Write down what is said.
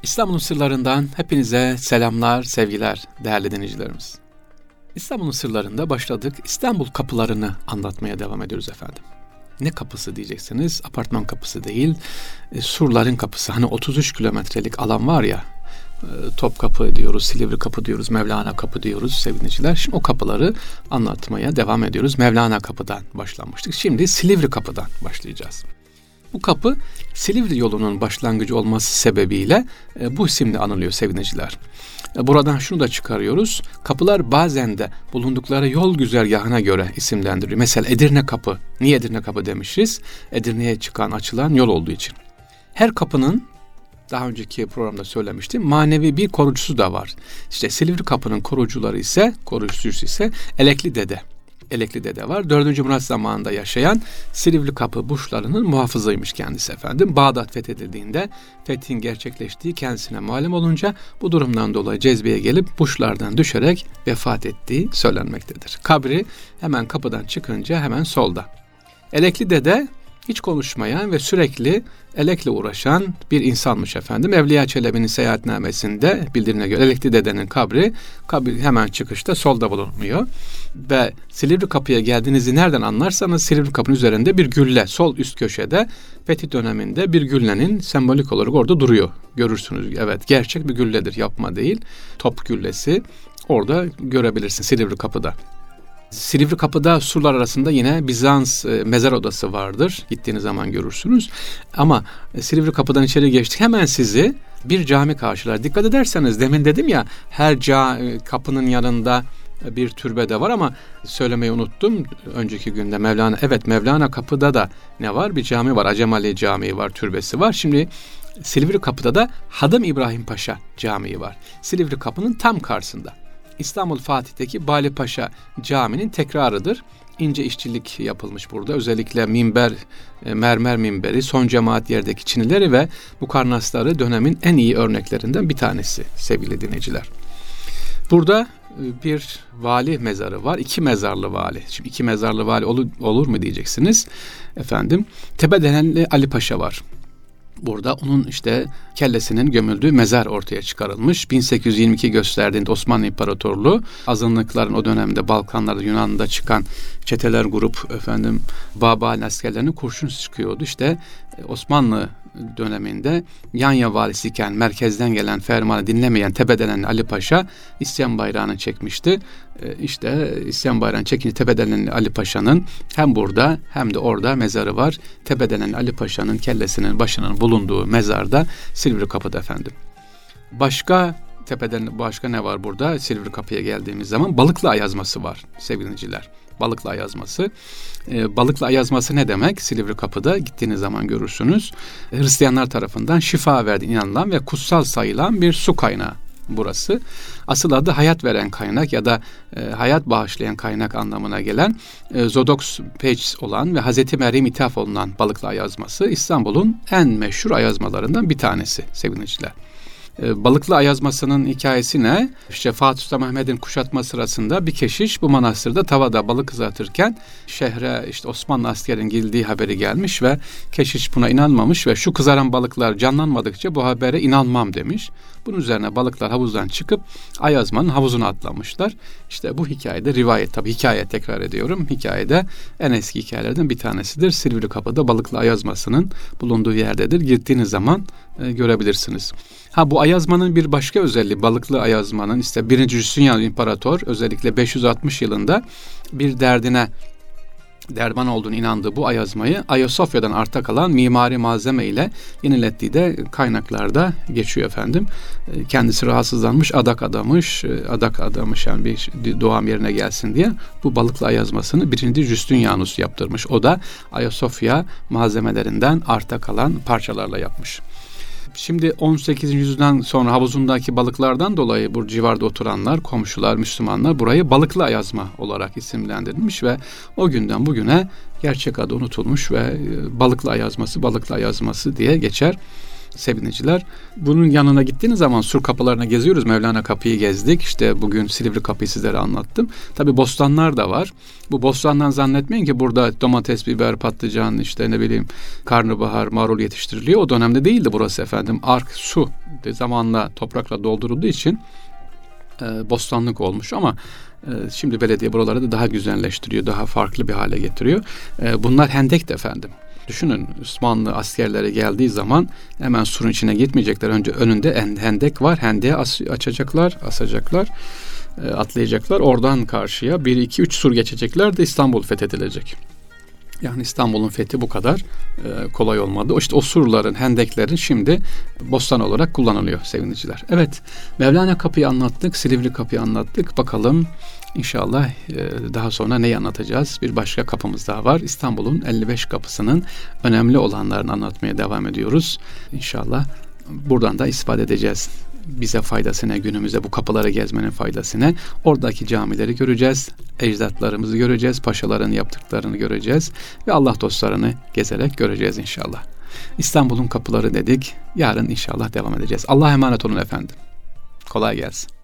İstanbul'un sırlarından hepinize selamlar, sevgiler değerli dinleyicilerimiz. İstanbul'un sırlarında başladık. İstanbul kapılarını anlatmaya devam ediyoruz efendim. Ne kapısı diyeceksiniz? Apartman kapısı değil, surların kapısı. Hani 33 kilometrelik alan var ya, Topkapı diyoruz, Silivri Kapı diyoruz, Mevlana Kapı diyoruz sevgiliciler. Şimdi o kapıları anlatmaya devam ediyoruz. Mevlana Kapı'dan başlamıştık. Şimdi Silivri Kapı'dan başlayacağız. Bu kapı Silivri yolunun başlangıcı olması sebebiyle bu isimle anılıyor sevgiliciler. Buradan şunu da çıkarıyoruz. Kapılar bazen de bulundukları yol güzergahına göre isimlendiriliyor. Mesela Edirne Kapı. Niye Edirne Kapı demişiz? Edirne'ye çıkan, açılan yol olduğu için. Her kapının, daha önceki programda söylemiştim, manevi bir koruyucusu da var. İşte Silivri Kapı'nın koruyucusu ise Elekli Dede. Elekli Dede var. 4. Murat zamanında yaşayan Silivri Kapı burçlarının muhafızıymış kendisi efendim. Bağdat fethedildiğinde fethin gerçekleştiği kendisine malum olunca bu durumdan dolayı cezbeye gelip burçlardan düşerek vefat ettiği söylenmektedir. Kabri hemen kapıdan çıkınca hemen solda. Elekli Dede hiç konuşmayan ve sürekli elekle uğraşan bir insanmış efendim. Evliya Çelebi'nin seyahatnamesinde bildirine göre Elekli Dede'nin kabri hemen çıkışta solda bulunuyor. Ve Silivri Kapı'ya geldiğinizi nereden anlarsanız Silivri Kapı'nın üzerinde bir gülle sol üst köşede Fetih döneminde bir güllenin sembolik olarak orada duruyor. Görürsünüz. Evet, gerçek bir gülledir, yapma değil. Top güllesi orada görebilirsin Silivri Kapı'da. Silivri Kapı'da surlar arasında yine Bizans mezar odası vardır. Gittiğiniz zaman görürsünüz. Ama Silivri Kapı'dan içeri geçtik. Hemen sizi bir cami karşılar. Dikkat ederseniz demin dedim ya, her kapının yanında bir türbe de var ama söylemeyi unuttum önceki günde. Mevlana Kapı'da da ne var? Bir cami var. Acemali Camii var, türbesi var. Şimdi Silivri Kapı'da da Hadım İbrahim Paşa Camii var. Silivri Kapı'nın tam karşısında. İstanbul Fatih'teki Bali Paşa Camii'nin tekrarıdır. İnce işçilik yapılmış burada. Özellikle mermer minberi, son cemaat yerdeki çinileri ve mukarnasları dönemin en iyi örneklerinden bir tanesi sevgili dinleyiciler. Burada bir vali mezarı var. 2 mezarlı vali. Şimdi 2 mezarlı vali olur mu diyeceksiniz. Efendim, Tepedelenli Ali Paşa var. Burada onun işte kellesinin gömüldüğü mezar ortaya çıkarılmış. 1822 gösterdiğinde Osmanlı İmparatorluğu azınlıkların o dönemde Balkanlarda, Yunan'da çıkan çeteler grup Babali askerlerine kurşun sıkıyordu. İşte Osmanlı döneminde Yanya valisiyken merkezden gelen fermanı dinlemeyen Tepedelenli Ali Paşa isyan bayrağını çekmişti. İşte isyan bayrağını çekince Tepedelenli Ali Paşa'nın hem burada hem de orada mezarı var. Tepedelenli Ali Paşa'nın kellesinin başının bulunduğu mezarda Silivri Kapı'da efendim. Başka ne var burada? Silivri Kapı'ya geldiğimiz zaman Balıklı Ayazması var sevgili dinleyiciler. Balıklı Ayazması. Balıklı Ayazması ne demek? Silivri Kapı'da gittiğiniz zaman görürsünüz. Hristiyanlar tarafından şifa verdiğine inanılan ve kutsal sayılan bir su kaynağı burası. Asıl adı hayat veren kaynak ya da hayat bağışlayan kaynak anlamına gelen Zodox Page olan ve Hazreti Meryem ithaf olunan Balıklı Ayazması İstanbul'un en meşhur ayazmalarından bir tanesi sevgili dinleyiciler. Balıklı Ayazması'nın hikayesi ne? İşte Fatih Sultan Mehmet'in kuşatma sırasında bir keşiş bu manastırda tavada balık kızartırken şehre işte Osmanlı askerin girdiği haberi gelmiş ve keşiş buna inanmamış ve şu kızaran balıklar canlanmadıkça bu habere inanmam demiş. Bunun üzerine balıklar havuzdan çıkıp Ayazma'nın havuzuna atlamışlar. İşte bu hikayede rivayet, tabii hikaye tekrar ediyorum. Hikayede en eski hikayelerden bir tanesidir. Silivri Kapı'da Balıklı Ayazması'nın bulunduğu yerdedir. Gittiğiniz zaman görebilirsiniz. Bu Ayazma'nın bir başka özelliği, Balıklı Ayazma'nın işte 1. Justinian İmparator özellikle 560 yılında bir derman olduğunu inandığı bu ayazmayı Ayasofya'dan arta kalan mimari malzeme ile yenilettiği de kaynaklarda geçiyor efendim. Kendisi rahatsızlanmış, adak adamış yani bir doğum yerine gelsin diye bu Balıklı Ayazması'nı 1. Justinianus yaptırmış. O da Ayasofya malzemelerinden arta kalan parçalarla yapmış. Şimdi 18. yüzyıldan sonra havuzundaki balıklardan dolayı bu civarda oturanlar, komşular, Müslümanlar burayı Balıklı Ayazma olarak isimlendirilmiş ve o günden bugüne gerçek adı unutulmuş ve Balıklı Ayazması diye geçer. sevgiliciler. Bunun yanına gittiğiniz zaman sur kapılarına geziyoruz. Mevlana Kapı'yı gezdik. İşte bugün Silivri Kapı'yı sizlere anlattım. Tabii bostanlar da var. Bu bostandan zannetmeyin ki burada domates, biber, patlıcan, işte ne bileyim karnabahar, marul yetiştiriliyor. O dönemde değildi burası efendim. Ark, su zamanla toprakla doldurulduğu için bostanlık olmuş ama şimdi belediye buraları da daha güzelleştiriyor, daha farklı bir hale getiriyor. Bunlar hendekti efendim. Düşünün, Osmanlı askerleri geldiği zaman hemen surun içine gitmeyecekler. Önünde hendek var. Hendeği asacaklar, atlayacaklar. Oradan karşıya 1, 2, 3 sur geçecekler de İstanbul fethedilecek. Yani İstanbul'un fethi bu kadar kolay olmadı. İşte o surların, hendeklerin şimdi bostan olarak kullanılıyor sevgiliciler. Evet, Mevlana Kapı'yı anlattık, Silivri Kapı'yı anlattık. Bakalım inşallah daha sonra neyi anlatacağız? Bir başka kapımız daha var. İstanbul'un 55 kapısının önemli olanlarını anlatmaya devam ediyoruz. İnşallah buradan da istifade edeceğiz. Bize faydasına, günümüzde bu kapıları gezmenin faydasına, oradaki camileri göreceğiz, ecdatlarımızı göreceğiz, paşaların yaptıklarını göreceğiz ve Allah dostlarını gezerek göreceğiz inşallah. İstanbul'un kapıları dedik, yarın inşallah devam edeceğiz. Allah'a emanet olun efendim. Kolay gelsin.